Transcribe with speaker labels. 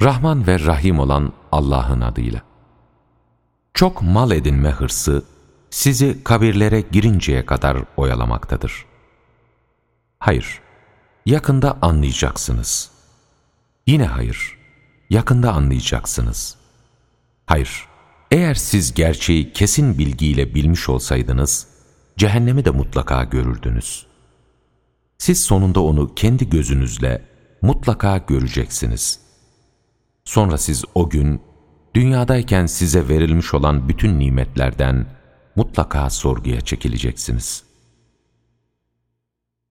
Speaker 1: Rahman ve Rahim olan Allah'ın adıyla. Çok mal edinme hırsı, sizi kabirlere girinceye kadar oyalamaktadır. Hayır, yakında anlayacaksınız. Yine hayır, yakında anlayacaksınız. Hayır, eğer siz gerçeği kesin bilgiyle bilmiş olsaydınız, cehennemi de mutlaka görürdünüz. Siz sonunda onu kendi gözünüzle mutlaka göreceksiniz. Sonra siz o gün, dünyadayken size verilmiş olan bütün nimetlerden mutlaka sorguya çekileceksiniz.